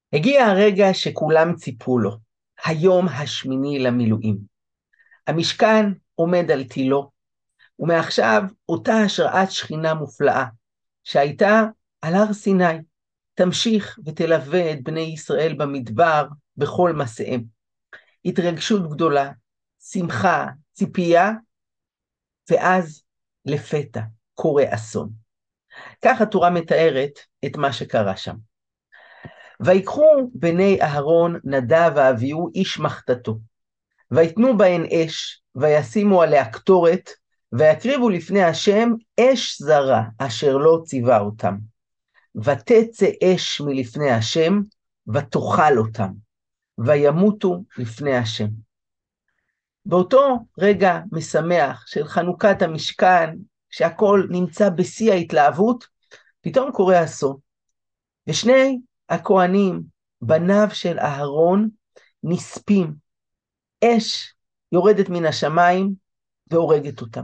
הגיע הרגע שכולם ציפו לו, היום השמיני למילואים. המשכן עומד על תילו, ומעכשיו אותה השראת שכינה מופלאה, שהייתה על הר סיני, תמשיך ותלווה את בני ישראל במדבר בכל מסעיהם. התרגשות גדולה, שמחה, ציפייה, ואז לפתע קורה אסון. כך התורה מתארת את מה שקרה שם. ויקחו בני אהרון נדב ואביהו איש מחתתו, ויתנו בהן אש, וישימו עליה קטורת, ויקריבו לפני השם אש זרה, אשר לא ציווה אותם. ותצא אש מלפני השם, ותאכל אותם, וימותו לפני השם. באותו רגע משמח של חנוכת המשכן, שהכל נמצא בשיא ההתלהבות, פתאום קורה אסון. ושני הכהנים, בניו של אהרון, נספים. אש יורדת מן השמיים והורגת אותם.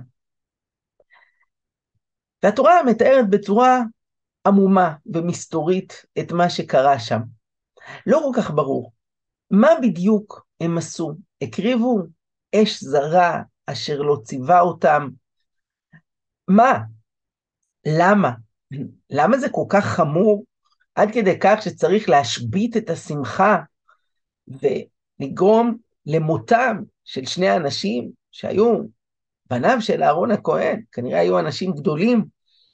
והתורה מתארת בצורה עמומה ומסתורית את מה שקרה שם. לא כל כך ברור. מה בדיוק הם עשו? הקריבו אש זרה אשר לא ציווה אותם? מה? למה? למה זה כל כך חמור? עד כדי כך שצריך להשבית את השמחה ולגרום למותם של שני אנשים שהיו בניו של אהרון הכהן, כנראה היו אנשים גדולים.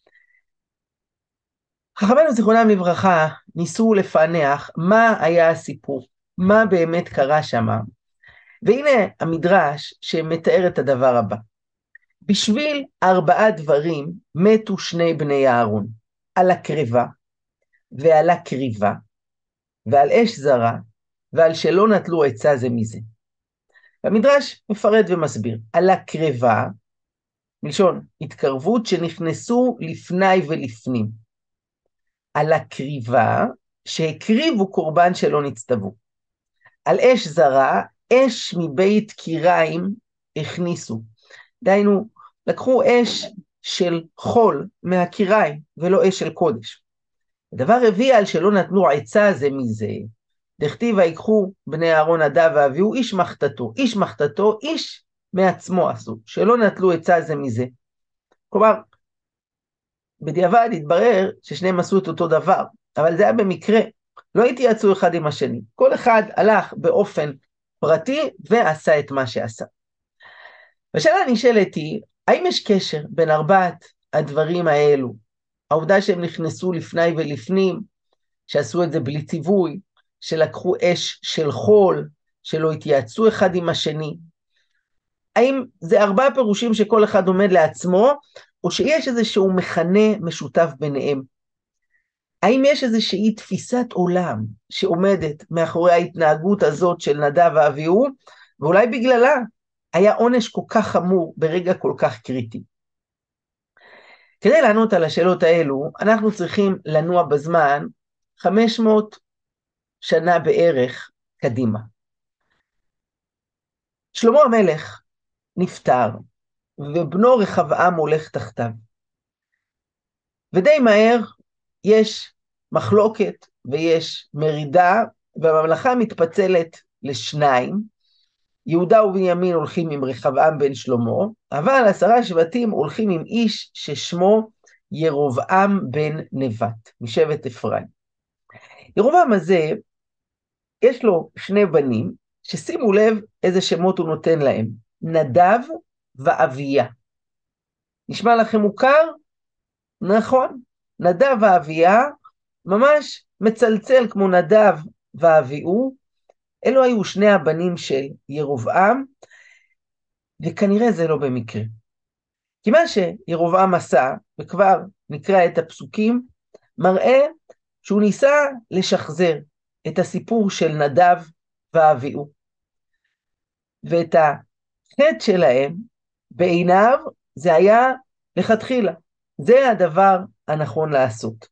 חכמינו זיכרונם לברכה ניסו לפענח מה היה הסיפור, מה באמת קרה שם. והנה המדרש שמתאר את הדבר הבא. בשביל 4 דברים מתו שני בני אהרון, על הקרבה ועל הקריבה ועל אש זרה ועל שלא נטלו עצה זה מזה. המדרש מפרט ומסביר. על הקרבה, מלשון התקרבות שנכנסו לפני ולפנים. על הקריבה, שהקריבו קורבן שלא נצטוו. על אש זרה, אש מבית קיריים הכניסו. דהיינו, לקחו אש של חול מהקיריים, ולא אש של קודש. הדבר רביעי, על שלא נתנו עצה זה מזה. דכתיב ויקחו בני אהרון נדב ואביהו איש מחתתו. איש מחתתו, איש מעצמו עשו, שלא נטלו עצה זה מזה. כלומר, בדיעבד התברר ששניהם עשו את אותו דבר, אבל זה היה במקרה, לא התייעצו אחד עם השני. כל אחד הלך באופן פרטי ועשה את מה שעשה. והשאלה הנשאלת היא, האם יש קשר בין 4 הדברים האלו? העובדה שהם נכנסו לפני ולפנים, שעשו את זה בלי ציווי, שלקחו אש של חול, שלא התייעצו אחד עם השני. האם זה 4 פירושים שכל אחד עומד לעצמו, או שיש איזשהו מכנה משותף ביניהם? האם יש איזושהי תפיסת עולם שעומדת מאחורי ההתנהגות הזאת של נדב ואביהו, ואולי בגללה היה עונש כל כך חמור ברגע כל כך קריטי? כדי לענות על השאלות האלו, אנחנו צריכים לנוע בזמן 500 שנה בערך קדימה. שלמה המלך נפטר, ובנו רחבעם הולך תחתיו. ודי מהר יש מחלוקת ויש מרידה, והממלכה מתפצלת לשניים. יהודה ובנימין הולכים עם רחבעם בן שלמה, אבל 10 שבטים הולכים עם איש ששמו ירבעם בן נבט, משבט אפרים. ירבעם הזה, יש לו 2 בנים, ששימו לב איזה שמות הוא נותן להם, נדב ואביה. נשמע לכם מוכר? נכון, נדב ואביה ממש מצלצל כמו נדב ואביהו. אלו היו 2 הבנים של ירבעם, וכנראה זה לא במקרה. כי מה שירבעם עשה, וכבר נקרא את הפסוקים, מראה שהוא ניסה לשחזר את הסיפור של נדב ואביהו. ואת החטא שלהם בעיניו זה היה לכתחילה. זה הדבר הנכון לעשות.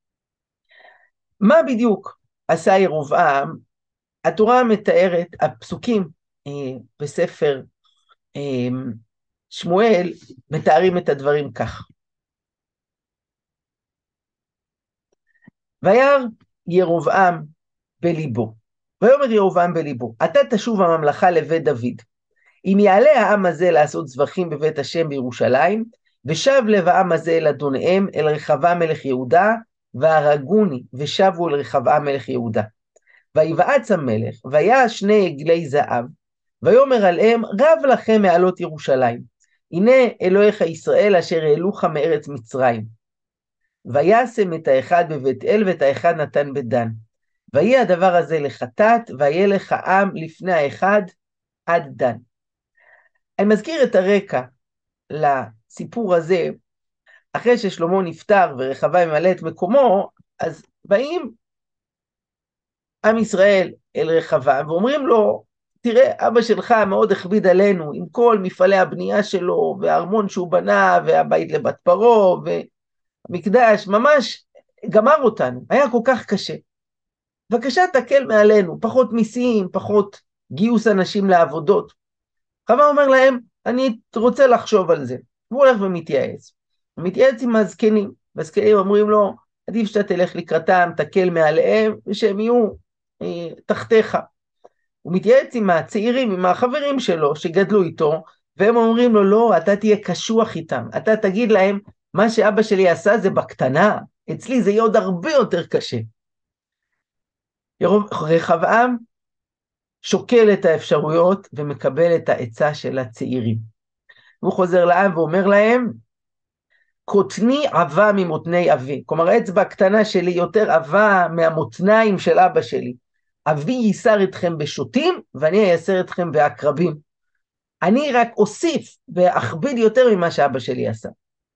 מה בדיוק עשה ירבעם? התורה מתארת, הפסוקים בספר שמואל מתארים את הדברים כך. וירא ירבעם בליבו. ויאמר ירבעם בליבו, עתה תשוב הממלכה לבית דוד. אם יעלה העם הזה לעשות זבחים בבית השם בירושלים, ושב לב העם הזה אל אדוניהם, אל רחבעם מלך יהודה, והרגוני, ושבו אל רחבעם מלך יהודה. ויבעץ המלך, ויעש שני עגלי זהב, ויאמר עליהם, רב לכם מעלות ירושלים. הנה אלוהיך ישראל אשר העלוך מארץ מצרים. וישם את האחד בבית אל ואת האחד נתן בדן. ויהיה הדבר הזה לחטאת, והיה לך עם לפני האחד עד דן. אני מזכיר את הרקע לסיפור הזה, אחרי ששלמה נפטר ורחבעם ממלא את מקומו, אז באים עם ישראל אל רחבעם ואומרים לו, תראה, אבא שלך מאוד הכביד עלינו עם כל מפעלי הבנייה שלו, והארמון שהוא בנה, והבית לבת פרעה, והמקדש, ממש גמר אותנו, היה כל כך קשה. בבקשה תקל מעלינו, פחות מיסים, פחות גיוס אנשים לעבודות. רחבעם אומר להם, אני רוצה לחשוב על זה. והוא הולך ומתייעץ. הוא מתייעץ עם הזקנים, והזקנים אומרים לו, עדיף שאתה תלך לקראתם, תקל מעליהם, ושהם יהיו תחתיך. הוא מתייעץ עם הצעירים, עם החברים שלו שגדלו איתו, והם אומרים לו, לא, אתה תהיה קשוח איתם, אתה תגיד להם, מה שאבא שלי עשה זה בקטנה, אצלי זה יהיה עוד הרבה יותר קשה. רחבעם שוקל את האפשרויות ומקבל את העצה של הצעירים. הוא חוזר לעם ואומר להם, קוטני עבה ממותני אבי, כלומר האצבע הקטנה שלי יותר עבה מהמותניים של אבא שלי. אבי ייסר אתכם בשוטים ואני אייסר אתכם בעקרבים. אני רק אוסיף ואכביד יותר ממה שאבא שלי עשה.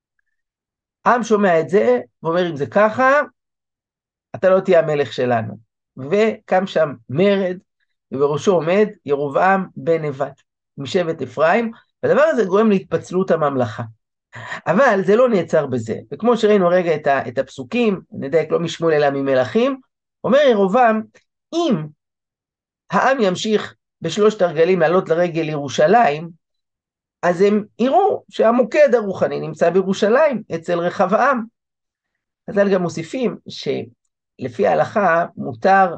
העם שומע את זה ואומר, אם זה ככה, אתה לא תהיה המלך שלנו. וקם שם מרד, ובראשו עומד ירבעם בן נבט, משבט אפרים, והדבר הזה גורם להתפצלות הממלכה. אבל זה לא נעצר בזה, וכמו שראינו רגע את הפסוקים, נדייק לא משמואל אלא ממלכים, אומר ירבעם, אם העם ימשיך בשלושת הרגלים לעלות לרגל ירושלים, אז הם יראו שהמוקד הרוחני נמצא בירושלים, אצל רחבעם. אז גם מוסיפים שלפי ההלכה מותר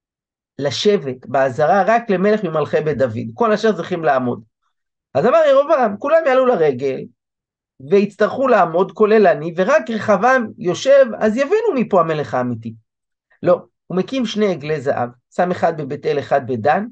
לשבת בעזרה רק למלך ממלכי בית דוד, כל השאר צריכים לעמוד. אז אמר ירבעם, כולם יעלו לרגל, ויצטרכו לעמוד כולל אני, ורק רחבעם יושב, אז יבינו מפה המלך האמיתי. לא, הוא מקים שני עגלי זהב, שם אחד בבית אל, אחד בדן,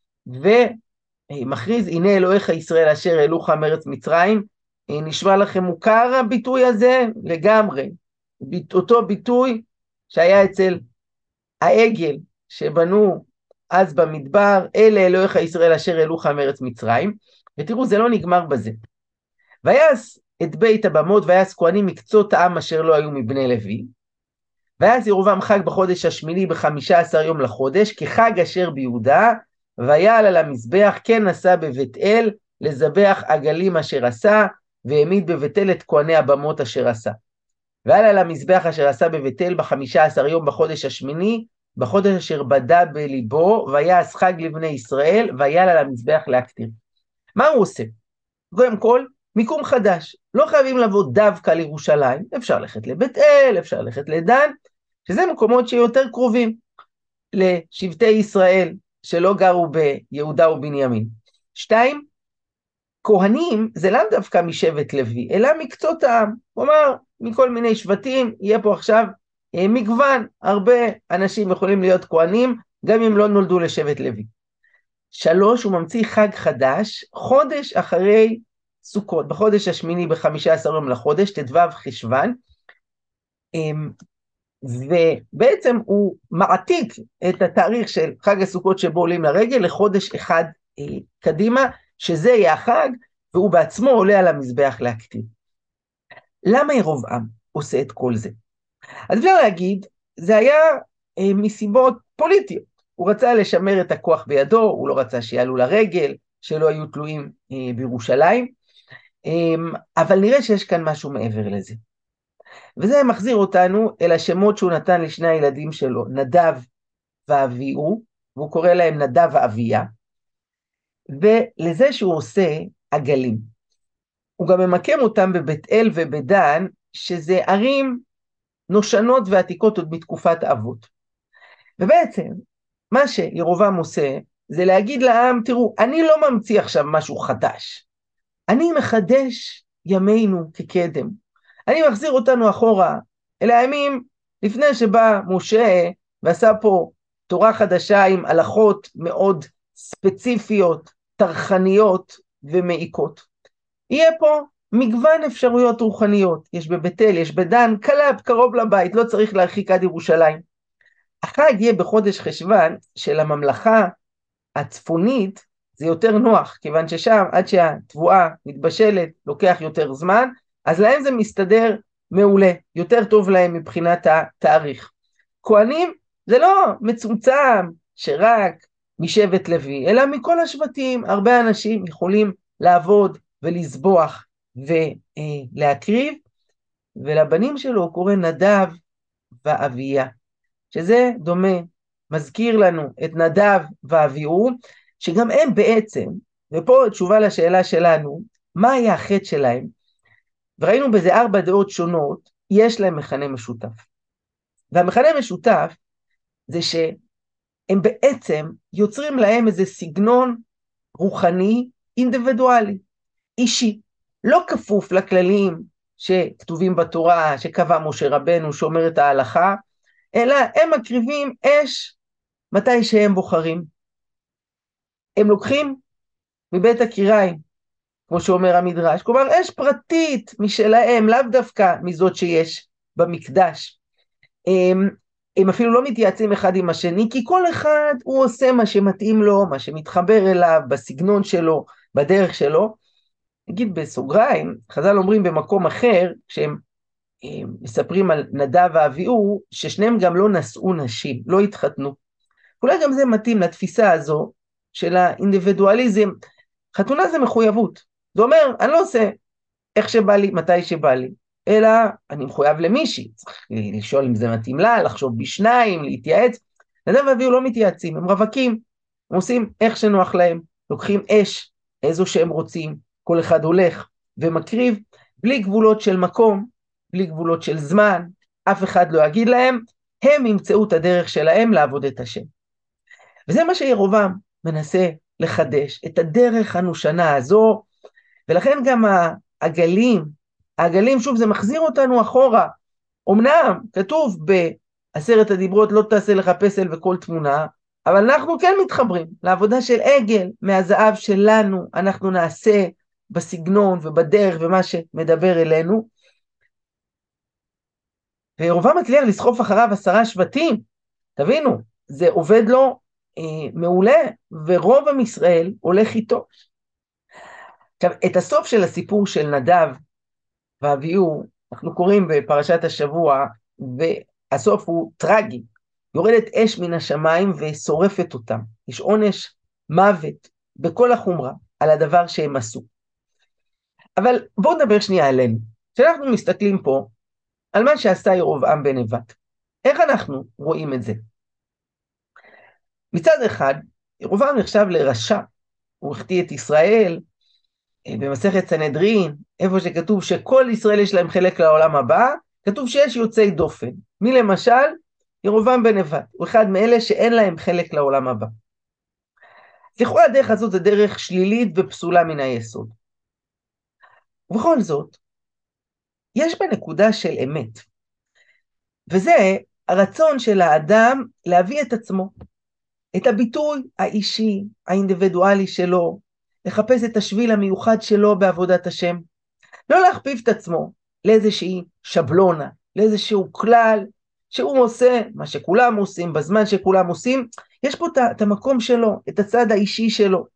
ומכריז, הנה אלוהיך ישראל אשר העלוך מארץ מצרים, נשמע לכם מוכר הביטוי הזה? לגמרי. אותו ביטוי שהיה אצל העגל, שבנו אז במדבר, אלה אלוהיך ישראל אשר העלוך מארץ מצרים, ותראו, זה לא נגמר בזה. ויעש את בית הבמות, ויעש כהנים מקצות העם אשר לא היו מבני לוי, ויעש ירבעם חג בחודש השמיני ב15 יום לחודש, כחג אשר ביהודה, ויעל על המזבח, כן עשה בבית אל, לזבח עגלים אשר עשה, והעמיד בבית אל את כהני הבמות אשר עשה. ועל על המזבח אשר עשה בבית אל ב15 יום בחודש השמיני, בחודש אשר בדה בליבו, ויעש חג לבני ישראל, ויעל על המזבח להקטיר. מה הוא עושה? קודם כל, מיקום חדש. לא חייבים לבוא דווקא לירושלים, אפשר ללכת לבית אל, אפשר ללכת לדן, שזה מקומות שיותר קרובים לשבטי ישראל, שלא גרו ביהודה ובנימין. 2, כהנים זה לאו דווקא משבט לוי, אלא מקצות העם. כלומר, מכל מיני שבטים, יהיה פה עכשיו מגוון, הרבה אנשים יכולים להיות כהנים, גם אם לא נולדו לשבט לוי. 3, הוא ממציא חג חדש, חודש אחרי סוכות, בחודש השמיני ב15 יום לחודש, ט"ו חשוון, ובעצם הוא מעתיק את התאריך של חג הסוכות שבו עולים לרגל לחודש אחד קדימה, שזה יהיה החג, והוא בעצמו עולה על המזבח להקטיר. למה ירבעם עושה את כל זה? אז אפשר להגיד, זה היה מסיבות פוליטיות. הוא רצה לשמר את הכוח בידו, הוא לא רצה שיעלו לרגל, שלא היו תלויים בירושלים, אבל נראה שיש כאן משהו מעבר לזה. וזה מחזיר אותנו אל השמות שהוא נתן לשני הילדים שלו, נדב ואביהו, והוא קורא להם נדב ואביה, ולזה שהוא עושה עגלים. הוא גם ממקם אותם בבית אל ובדן, שזה ערים נושנות ועתיקות עוד מתקופת האבות. ובעצם, מה שירובעם עושה, זה להגיד לעם, תראו, אני לא ממציא עכשיו משהו חדש, אני מחדש ימינו כקדם, אני מחזיר אותנו אחורה, אל הימים לפני שבא משה, ועשה פה תורה חדשה עם הלכות מאוד ספציפיות, טרחניות ומעיקות. יהיה פה מגוון אפשרויות רוחניות, יש בבית אל, יש בדן, קרוב לבית, לא צריך להרחיק עד ירושלים. החג יהיה בחודש חשוון של הממלכה הצפונית, זה יותר נוח, כיוון ששם עד שהתבואה מתבשלת לוקח יותר זמן, אז להם זה מסתדר מעולה, יותר טוב להם מבחינת התאריך. כהנים זה לא מצומצם שרק משבט לוי, אלא מכל השבטים, הרבה אנשים יכולים לעבוד ולסבוח ולהקריב, ולבנים שלו הוא קורא נדב ואביה, שזה דומה, מזכיר לנו את נדב ואביהו, שגם הם בעצם, ופה תשובה לשאלה שלנו, מה היה החטא שלהם? וראינו בזה 4 דעות שונות, יש להם מכנה משותף. והמכנה משותף זה שהם בעצם יוצרים להם איזה סגנון רוחני אינדיבידואלי, אישי, לא כפוף לכללים שכתובים בתורה, שקבע משה רבנו, שאומר את ההלכה, אלא הם מקריבים אש מתי שהם בוחרים. הם לוקחים מבית הקיריים, כמו שאומר המדרש, כלומר אש פרטית משלהם, לאו דווקא מזאת שיש במקדש. הם אפילו לא מתייעצים אחד עם השני, כי כל אחד הוא עושה מה שמתאים לו, מה שמתחבר אליו, בסגנון שלו, בדרך שלו. נגיד בסוגריים, חז"ל אומרים במקום אחר, כשהם מספרים על נדב ואביהו, ששניהם גם לא נשאו נשים, לא התחתנו. אולי גם זה מתאים לתפיסה הזו של האינדיבידואליזם. חתונה זה מחויבות. זה אומר, אני לא עושה איך שבא לי, מתי שבא לי, אלא אני מחויב למישהי. צריך לשאול אם זה מתאים לה, לחשוב בשניים, להתייעץ. נדב ואביהו לא מתייעצים, הם רווקים, הם עושים איך שנוח להם, לוקחים אש, איזו שהם רוצים, כל אחד הולך ומקריב, בלי גבולות של מקום, בלי גבולות של זמן, אף אחד לא יגיד להם, הם ימצאו את הדרך שלהם לעבוד את השם. וזה מה שירובעם מנסה לחדש, את הדרך הנושנה הזו, ולכן גם העגלים, שוב, זה מחזיר אותנו אחורה. אמנם כתוב ב10 הדיברות, לא תעשה לך פסל וכל תמונה, אבל אנחנו כן מתחברים לעבודה של עגל, מהזהב שלנו, אנחנו נעשה בסגנון ובדרך ומה שמדבר אלינו, וירובעם מצליח לסחוף אחריו 10 שבטים, תבינו, זה עובד לו מעולה, ורוב עם ישראל הולך איתו. עכשיו, את הסוף של הסיפור של נדב ואביהו, אנחנו קוראים בפרשת השבוע, והסוף הוא טרגי, יורדת אש מן השמיים ושורפת אותם, יש עונש מוות בכל החומרה על הדבר שהם עשו. אבל בואו נדבר שנייה עלינו, כשאנחנו מסתכלים פה על מה שעשה ירובעם בן נבט, איך אנחנו רואים את זה? מצד אחד, ירובעם נחשב לרשע, הוא החטיא את ישראל, במסכת סנהדרין, איפה שכתוב שכל ישראל יש להם חלק לעולם הבא, כתוב שיש יוצאי דופן. מי למשל? ירובעם בן נבט, הוא אחד מאלה שאין להם חלק לעולם הבא. לכאורה הדרך הזאת זה דרך שלילית ופסולה מן היסוד. ובכל זאת, יש בה נקודה של אמת, וזה הרצון של האדם להביא את עצמו, את הביטוי האישי, האינדיבידואלי שלו, לחפש את השביל המיוחד שלו בעבודת השם, לא להכפיף את עצמו לאיזושהי שבלונה, לאיזשהו כלל, שהוא עושה מה שכולם עושים, בזמן שכולם עושים, יש פה את המקום שלו, את הצד האישי שלו.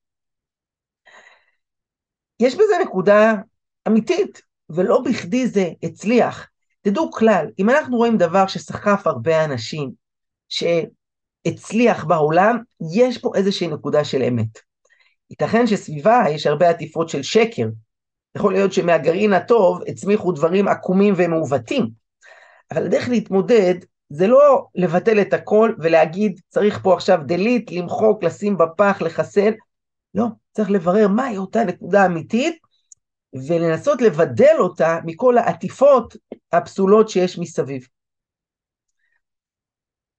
יש בזה נקודה אמיתית, ולא בכדי זה הצליח. תדעו כלל, אם אנחנו רואים דבר שסחף הרבה אנשים, שהצליח בעולם, יש פה איזושהי נקודה של אמת. ייתכן שסביבה יש הרבה עטיפות של שקר, יכול להיות שמהגרעין הטוב הצמיחו דברים עקומים ומעוותים, אבל הדרך להתמודד זה לא לבטל את הכל ולהגיד צריך פה עכשיו דלית, למחוק, לשים בפח, לחסל, לא, צריך לברר מהי אותה נקודה אמיתית, ולנסות לבדל אותה מכל העטיפות הפסולות שיש מסביב.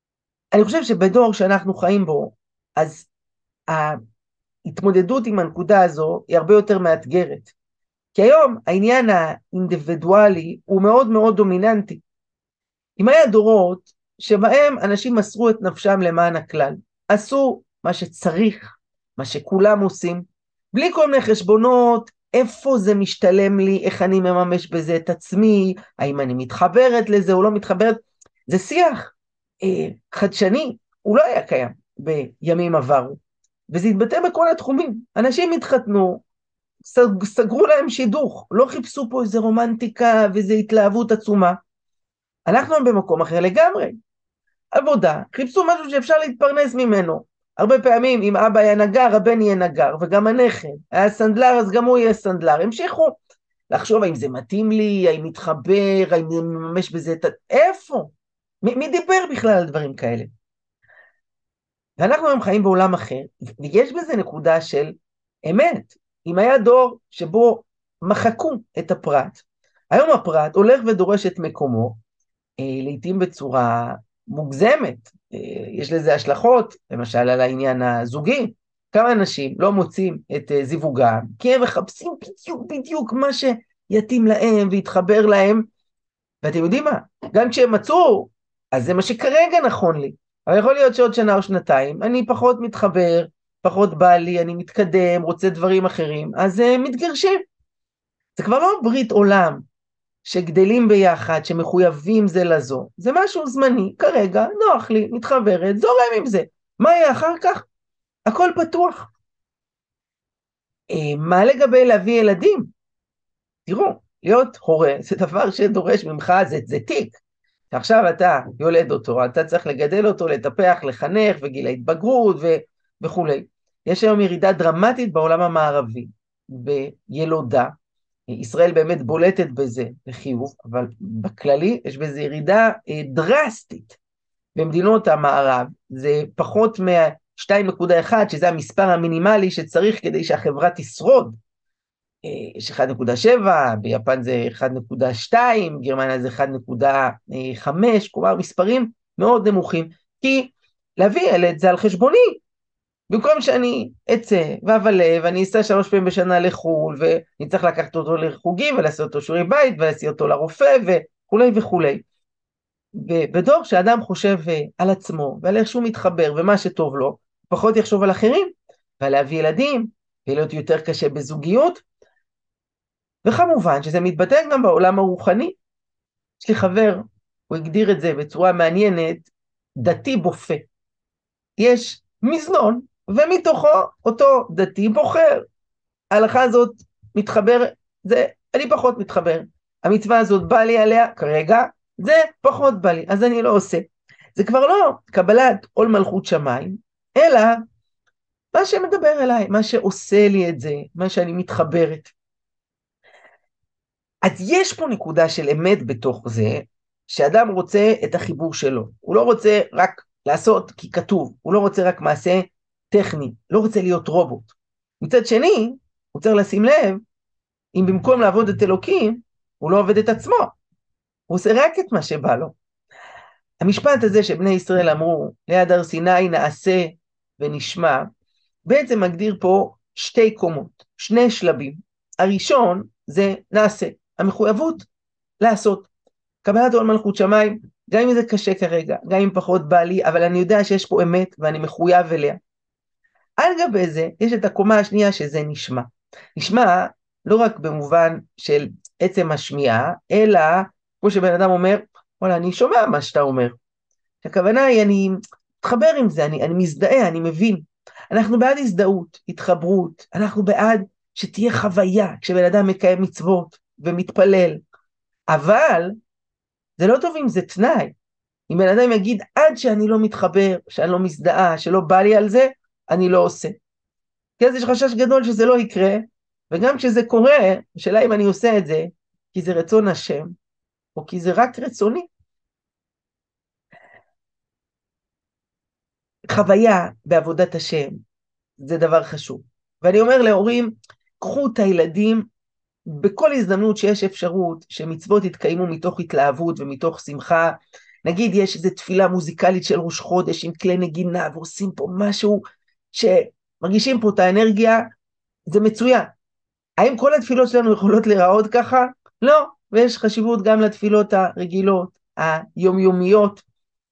אני חושב שבדור שאנחנו חיים בו, אז ההתמודדות עם הנקודה הזו היא הרבה יותר מאתגרת. כי היום העניין האינדיבידואלי הוא מאוד מאוד דומיננטי. אם היה דורות שבהם אנשים מסרו את נפשם למען הכלל, עשו מה שצריך, מה שכולם עושים, בלי כל מיני חשבונות, איפה זה משתלם לי, איך אני מממש בזה את עצמי, האם אני מתחברת לזה או לא מתחברת, זה שיח חדשני, הוא לא היה קיים בימים עברו, וזה התבטא בכל התחומים. אנשים התחתנו, סגרו להם שידוך, לא חיפשו פה איזה רומנטיקה ואיזה התלהבות עצומה. אנחנו במקום אחר לגמרי. עבודה, חיפשו משהו שאפשר להתפרנס ממנו. הרבה פעמים אם אבא היה נגר, הבן יהיה נגר, וגם הנכד. היה סנדלר, אז גם הוא יהיה סנדלר. המשיכו לחשוב האם זה מתאים לי, האם מתחבר, האם אני מממש בזה את... איפה? מי דיבר בכלל על דברים כאלה? ואנחנו היום חיים בעולם אחר, ויש בזה נקודה של אמת. אם היה דור שבו מחקו את הפרט, היום הפרט הולך ודורש את מקומו, לעתים בצורה מוגזמת. יש לזה השלכות, למשל על העניין הזוגי. כמה אנשים לא מוצאים את זיווגם, כי הם מחפשים בדיוק מה שיתאים להם ויתחבר להם, ואתם יודעים מה? גם כשהם מצאו, אז זה מה שכרגע נכון לי. אבל יכול להיות שעוד שנה או שנתיים, אני פחות מתחבר, פחות בא לי, אני מתקדם, רוצה דברים אחרים, אז מתגרשים. זה כבר לא ברית עולם, שגדלים ביחד, שמחויבים זה לזו. זה משהו זמני, כרגע, נוח לי, מתחברת, זורם עם זה. מה יהיה אחר כך? הכל פתוח. מה לגבי להביא ילדים? תראו, להיות הורה זה דבר שדורש ממך, זה תיק. עכשיו אתה יולד אותו, אתה צריך לגדל אותו, לטפח, לחנך, וגיל ההתבגרות וכו'. יש היום ירידה דרמטית בעולם המערבי, בילודה. ישראל באמת בולטת בזה לחיוב, אבל בכללי יש בזה ירידה דרסטית. במדינות המערב זה פחות מ-2.1, שזה המספר המינימלי שצריך כדי שהחברה תשרוד. יש 1.7, ביפן זה 1.2, גרמניה זה 1.5, כלומר מספרים מאוד נמוכים, כי להביא ילד זה על חשבוני. במקום שאני אצא ואבלה ואני אסע 3 פעמים בשנה לחול, ואני צריך לקחת אותו לחוגים ולעשות אותו שיעורי בית ולעשות אותו לרופא וכולי וכולי. ובדור שאדם חושב על עצמו ועל איך שהוא מתחבר ומה שטוב לו, פחות יחשוב על אחרים ועל להביא ילדים ולהיות יותר קשה בזוגיות. וכמובן שזה מתבטא גם בעולם הרוחני. יש לי חבר, הוא הגדיר את זה בצורה מעניינת, דתי בופה. יש מזנון, ומתוכו אותו דתי בוחר. ההלכה הזאת מתחבר, אני פחות מתחבר. המצווה הזאת בא לי עליה כרגע, זה פחות בא לי, אז אני לא עושה. זה כבר לא קבלת עול מלכות שמיים, אלא מה שמדבר אליי, מה שעושה לי את זה, מה שאני מתחברת. אז יש פה נקודה של אמת בתוך זה, שאדם רוצה את החיבור שלו. הוא לא רוצה רק לעשות כי כתוב, הוא לא רוצה רק מעשה טכני, לא רוצה להיות רובוט. מצד שני, הוא צריך לשים לב, אם במקום לעבוד את אלוקים, הוא לא עובד את עצמו. הוא עושה רק את מה שבא לו. המשפט הזה שבני ישראל אמרו, ליד הר סיני נעשה ונשמע, בעצם מגדיר פה 2 קומות, 2 שלבים. הראשון זה נעשה, המחויבות לעשות. קבלת עול מלכות שמיים, גם אם זה קשה כרגע, גם אם פחות בא לי, אבל אני יודע שיש פה אמת ואני מחויב אליה. על גבי זה יש את הקומה השנייה שזה נשמע. נשמע לא רק במובן של עצם השמיעה, אלא כמו שבן אדם אומר, וואלה, אני שומע מה שאתה אומר. הכוונה היא, אני מתחבר עם זה, אני מזדהה, אני מבין. אנחנו בעד הזדהות, התחברות, אנחנו בעד שתהיה חוויה, כשבן אדם מקיים מצוות ומתפלל. אבל זה לא טוב אם זה תנאי. אם בן אדם יגיד, עד שאני לא מתחבר, שאני לא מזדהה, שלא בא לי על זה, אני לא עושה. כי אז יש חשש גדול שזה לא יקרה, וגם כשזה קורה, השאלה אם אני עושה את זה, כי זה רצון השם, או כי זה רק רצוני. חוויה בעבודת השם, זה דבר חשוב. ואני אומר להורים, קחו את הילדים, בכל הזדמנות שיש אפשרות, שמצוות יתקיימו מתוך התלהבות ומתוך שמחה, נגיד יש איזו תפילה מוזיקלית של ראש חודש עם כלי נגינה, ועושים פה משהו שמרגישים פה את האנרגיה, זה מצוין. האם כל התפילות שלנו יכולות להיראות ככה? לא, ויש חשיבות גם לתפילות הרגילות, היומיומיות.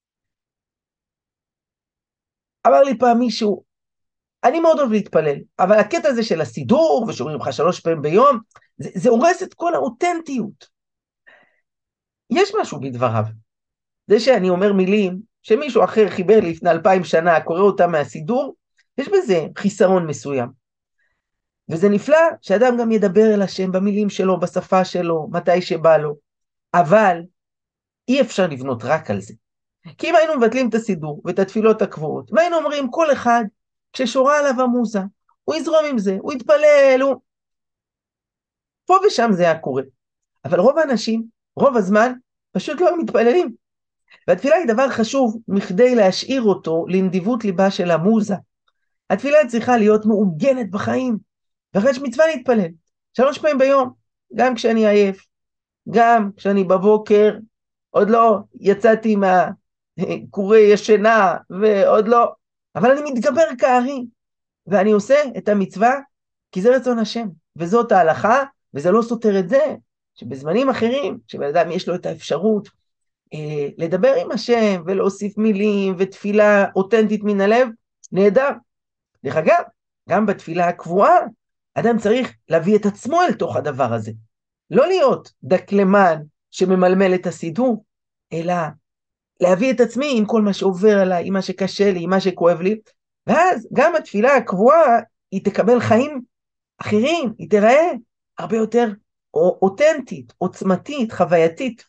אמר לי פעם מישהו, אני מאוד אוהב להתפלל, אבל הקטע הזה של הסידור, ושאומרים לך 3 פעמים ביום, זה הורס את כל האותנטיות. יש משהו בדבריו. זה שאני אומר מילים שמישהו אחר חיבר לי לפני 2000 שנה, קורא אותם מהסידור, יש בזה חיסרון מסוים. וזה נפלא שאדם גם ידבר אל השם במילים שלו, בשפה שלו, מתי שבא לו. אבל אי אפשר לבנות רק על זה. כי אם היינו מבטלים את הסידור ואת התפילות הקבועות, והיינו אומרים כל אחד כששורה עליו המוזה, הוא יזרום עם זה, הוא יתפלל, פה ושם זה היה קורה. אבל רוב האנשים, רוב הזמן, פשוט לא מתפללים. והתפילה היא דבר חשוב מכדי להשאיר אותו לנדיבות ליבה של המוזה. התפילה צריכה להיות מעוגנת בחיים, ואחרי יש מצווה להתפלל. 3 פעמים ביום, גם כשאני עייף, גם כשאני בבוקר, עוד לא יצאתי מהקורי ישנה, ועוד לא, אבל אני מתגבר כארי, ואני עושה את המצווה, כי זה רצון השם, וזאת ההלכה, וזה לא סותר את זה, שבזמנים אחרים, שבן אדם יש לו את האפשרות, לדבר עם השם, ולהוסיף מילים, ותפילה אותנטית מן הלב, נהדר. דרך אגב, גם בתפילה הקבועה, אדם צריך להביא את עצמו אל תוך הדבר הזה. לא להיות דקלמן שממלמל את הסידור, אלא להביא את עצמי עם כל מה שעובר עליי, עם מה שקשה לי, עם מה שכואב לי, ואז גם התפילה הקבועה, היא תקבל חיים אחרים, היא תראה הרבה יותר אותנטית, עוצמתית, חווייתית.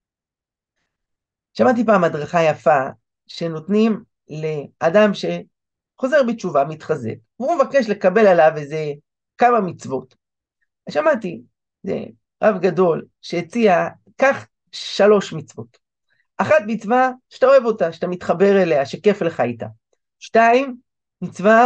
שמעתי פעם הדרכה יפה, שנותנים לאדם שחוזר בתשובה, מתחזק, והוא מבקש לקבל עליו איזה כמה מצוות. שמעתי, זה רב גדול שהציע, קח 3 מצוות. 1 מצווה שאתה אוהב אותה, שאתה מתחבר אליה, שכיף לך איתה. 2 מצווה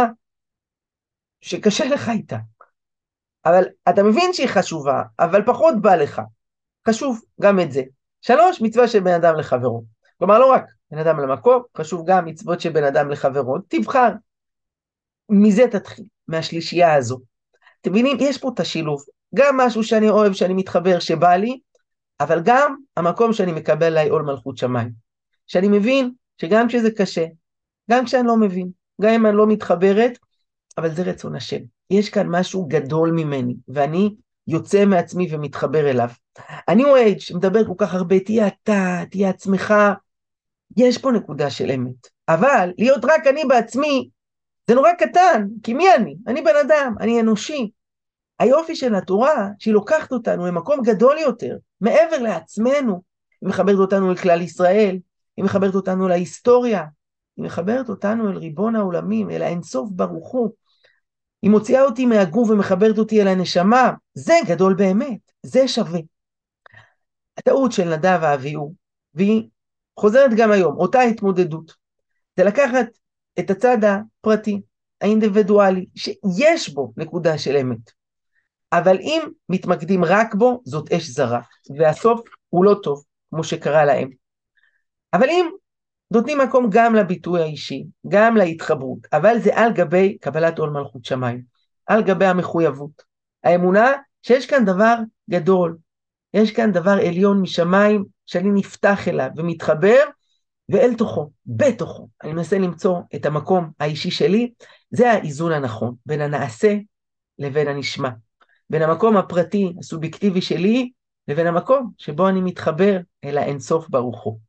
שקשה לך איתה. אבל אתה מבין שהיא חשובה, אבל פחות בא לך. חשוב גם את זה. 3 מצווה של בן אדם לחברו. כלומר, לא רק בן אדם למקום, חשוב גם מצוות של בן אדם לחברו. תבחר. מזה תתחיל, מהשלישייה הזו. אתם מבינים, יש פה את השילוב. גם משהו שאני אוהב, שאני מתחבר, שבא לי, אבל גם המקום שאני מקבל עליי עול מלכות שמיים. שאני מבין שגם כשזה קשה, גם כשאני לא מבין, גם אם אני לא מתחברת, אבל זה רצון השם. יש כאן משהו גדול ממני, ואני יוצא מעצמי ומתחבר אליו. אני אוהד שמדבר כל כך הרבה, תהיה אתה, תהיה עצמך, יש פה נקודה של אמת. אבל להיות רק אני בעצמי, זה נורא קטן, כי מי אני? אני בן אדם, אני אנושי. היופי של התורה, שהיא לוקחת אותנו למקום גדול יותר, מעבר לעצמנו, היא מחברת אותנו לכלל ישראל, היא מחברת אותנו להיסטוריה, היא מחברת אותנו אל ריבון העולמים, אל האינסוף ברוך הוא, היא מוציאה אותי מהגוף ומחברת אותי אל הנשמה, זה גדול באמת, זה שווה. הטעות של נדב ואביהו, והיא חוזרת גם היום, אותה התמודדות, זה לקחת את הצד הפרטי, האינדיבידואלי, שיש בו נקודה של אמת. אבל אם מתמקדים רק בו, זאת אש זרה, והסוף הוא לא טוב, כמו שקרה להם. אבל אם נותנים מקום גם לביטוי האישי, גם להתחברות, אבל זה על גבי קבלת עול מלכות שמיים, על גבי המחויבות, האמונה שיש כאן דבר גדול, יש כאן דבר עליון משמיים, שאני נפתח אליו ומתחבר, ואל תוכו, בתוכו, אני מנסה למצוא את המקום האישי שלי, זה האיזון הנכון, בין הנעשה לבין הנשמע. בין המקום הפרטי, הסובייקטיבי שלי, לבין המקום שבו אני מתחבר אל האינסוף ברוך הוא.